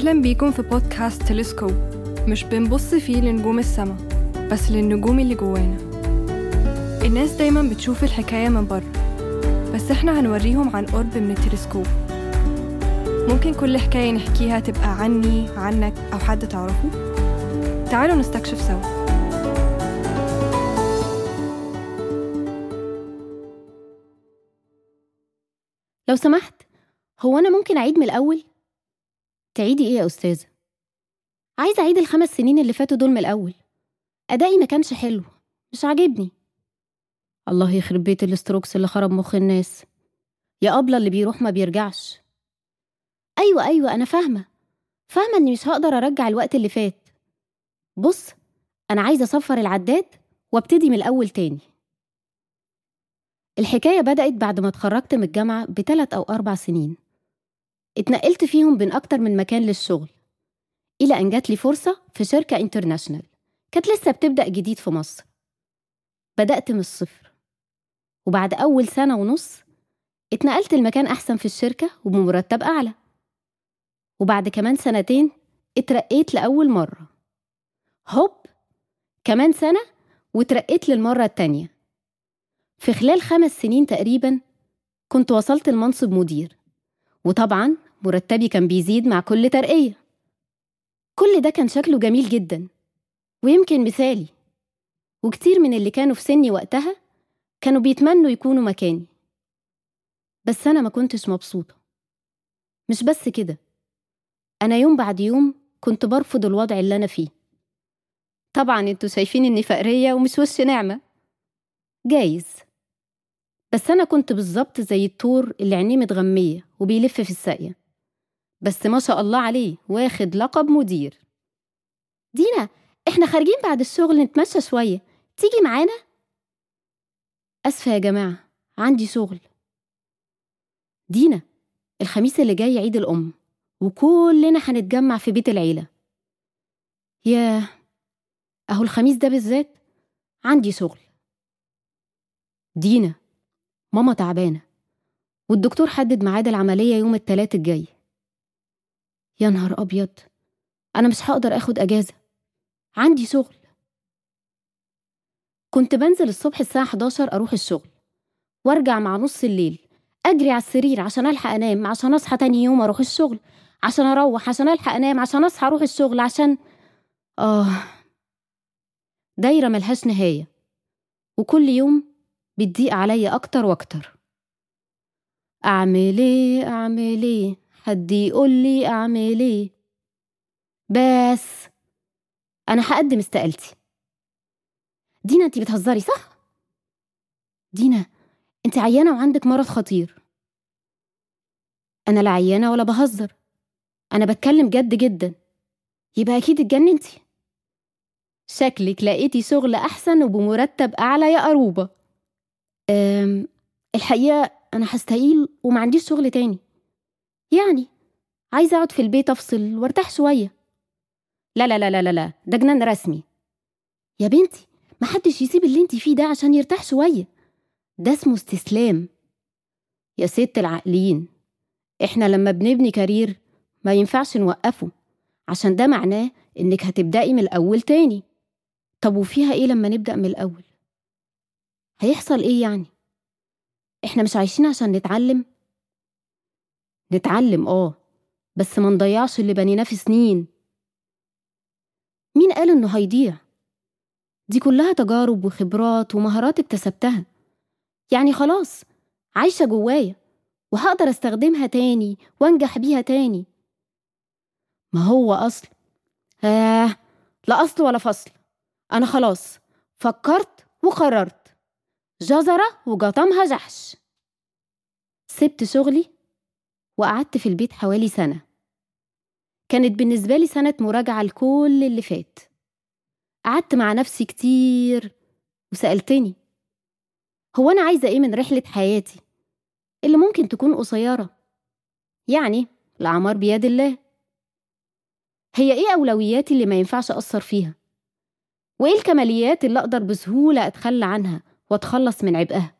أهلا بيكم في بودكاست تلسكوب. مش بنبص فيه لنجوم السما، بس للنجوم اللي جوانا. الناس دايما بتشوف الحكاية من بره، بس احنا هنوريهم عن قرب من التلسكوب. ممكن كل حكاية نحكيها تبقى عني، عنك، أو حد تعرفه. تعالوا نستكشف سوا. لو سمحت، هو أنا ممكن أعيد من الأول؟ تعيدي إيه يا أستاذة؟ عايزة أعيد ال5 سنين اللي فاتوا دول من الأول. أدائي ما كانش حلو، مش عاجبني. الله يخرب بيت الاستروكس اللي خرب مخ الناس. يا أبلة اللي بيروح ما بيرجعش. أيوة أنا فاهمة إني مش هقدر أرجع الوقت اللي فات. بص، أنا عايزة أصفر العداد وابتدي من الأول تاني. الحكاية بدأت بعد ما اتخرجت من الجامعة ب3 أو 4 سنين. اتنقلت فيهم بين أكتر من مكان للشغل، إلى أن جات لي فرصة في شركة انترناشنال كانت لسه بتبدأ جديد في مصر. بدأت من الصفر، وبعد أول 1.5 سنة اتنقلت المكان أحسن في الشركة وبمرتب أعلى، وبعد كمان 2 سنين اترقيت لأول مرة. هوب، كمان 1 سنة واترقيت للمرة التانية. في خلال 5 سنين تقريبا كنت وصلت لمنصب مدير، وطبعا مرتبي كان بيزيد مع كل ترقية. كل ده كان شكله جميل جدا ويمكن مثالي، وكتير من اللي كانوا في سني وقتها كانوا بيتمنوا يكونوا مكاني. بس أنا ما كنتش مبسوطة. مش بس كده، أنا يوم بعد يوم كنت برفض الوضع اللي أنا فيه. طبعا انتوا شايفين إني فقرية ومش وش نعمة، جايز، بس أنا كنت بالظبط زي الطور اللي عينيه متغمية وبيلف في الساقية، بس ما شاء الله عليه واخد لقب مدير. دينا، احنا خارجين بعد الشغل نتمشى شوية، تيجي معانا؟ أسفة يا جماعة، عندي شغل. دينا، الخميس اللي جاي عيد الأم، وكلنا هنتجمع في بيت العيلة. ياه، أهو الخميس ده بالذات عندي شغل. دينا، ماما تعبانة والدكتور حدد ميعاد العملية يوم الثلاث الجاي. يا نهار أبيض، أنا مش هقدر أخد أجازة، عندي شغل. كنت بنزل الصبح الساعة 11 أروح الشغل، وارجع مع نص الليل أجري على السرير عشان ألحق أنام، عشان أصحى تاني يوم أروح الشغل، عشان أروح، عشان ألحق أنام، عشان أصحى أروح الشغل، عشان دايرة ملهاش نهاية، وكل يوم بتضيق عليا أكتر وأكتر. أعمل إيه؟ حد يقول لي أعمل إيه؟ بس أنا هقدم استقالتي. دينا، أنتي بتهزري صح؟ دينا، أنتي عيانة وعندك مرض خطير. أنا لا عيانة ولا بهزر، أنا بتكلم جد جدا. يبقى أكيد اتجننتي. شكلك لقيتي شغل أحسن وبمرتب أعلى يا قروبة. الحقيقة أنا هستقيل وما عنديش شغل تاني، يعني عايزة أقعد في البيت أفصل وارتاح شوية. لا لا لا لا لا، ده جنان رسمي يا بنتي. محدش يسيب اللي انتي فيه ده عشان يرتاح شوية، ده اسمه استسلام. يا ست العقلين، احنا لما بنبني كارير ما ينفعش نوقفه، عشان ده معناه انك هتبدأي من الأول تاني. طب وفيها ايه لما نبدأ من الأول؟ هيحصل ايه يعني؟ احنا مش عايشين عشان نتعلم بس ما نضيعش اللي بنيناه في سنين. مين قال انه هيضيع؟ دي كلها تجارب وخبرات ومهارات اكتسبتها، يعني خلاص عايشة جوايا وهقدر استخدمها تاني وانجح بيها تاني. ما هو أصل لا أصل ولا فصل. أنا خلاص فكرت وقررت، جزرة وجطمها جحش. سبت شغلي وقعدت في البيت حوالي 1 سنة. كانت بالنسبة لي سنة مراجعة لكل اللي فات. قعدت مع نفسي كتير وسألتني، هو أنا عايزة إيه من رحلة حياتي اللي ممكن تكون قصيرة؟ يعني الأعمار بيد الله. هي إيه أولوياتي اللي ما ينفعش أقصر فيها؟ وإيه الكماليات اللي أقدر بسهولة أتخلى عنها وأتخلص من عبئها؟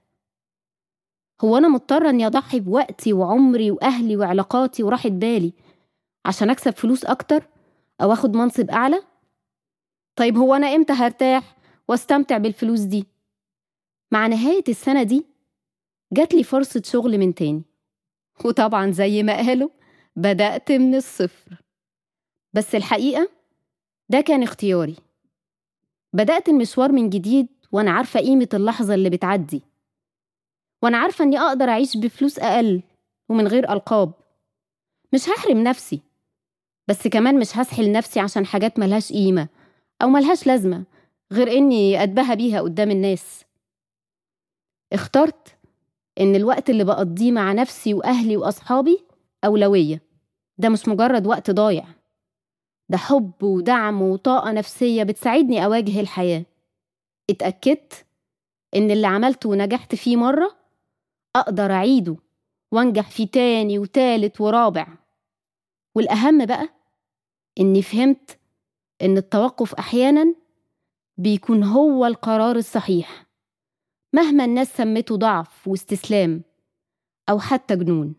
هو أنا مضطرة أني أضحي بوقتي وعمري وأهلي وعلاقاتي وراحة بالي عشان أكسب فلوس أكتر أو أخد منصب أعلى؟ طيب هو أنا إمتى هرتاح واستمتع بالفلوس دي؟ مع نهاية السنة دي جات لي فرصة شغل من تاني، وطبعا زي ما قالوا بدأت من الصفر. بس الحقيقة ده كان اختياري. بدأت المشوار من جديد وأنا عارفة قيمة اللحظة اللي بتعدي، وأنا عارفة أني أقدر أعيش بفلوس أقل ومن غير ألقاب. مش هحرم نفسي، بس كمان مش هسحل نفسي عشان حاجات ملهاش قيمة أو ملهاش لازمة غير إني أتباهى بيها قدام الناس. اخترت إن الوقت اللي بقضيه مع نفسي وأهلي وأصحابي أولوية. ده مش مجرد وقت ضايع، ده حب ودعم وطاقة نفسية بتساعدني أواجه الحياة. اتأكدت إن اللي عملته ونجحت فيه مرة أقدر أعيده وانجح فيه تاني وتالت ورابع. والأهم بقى إني فهمت إن التوقف أحياناً بيكون هو القرار الصحيح، مهما الناس سمته ضعف واستسلام أو حتى جنون.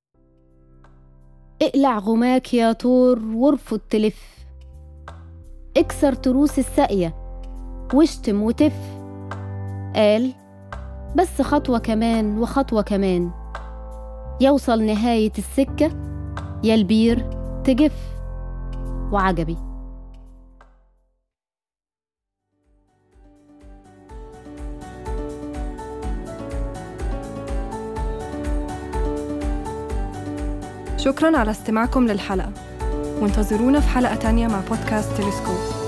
اقلع غماك يا طور وارفض تلف، اكسر تروس الساقية واشتم وتف. قال بس خطوة كمان وخطوة كمان، يوصل نهاية السكة يا البير تجف. وعجبي. شكراً على استماعكم للحلقة، وانتظرونا في حلقة تانية مع بودكاست تلسكوب.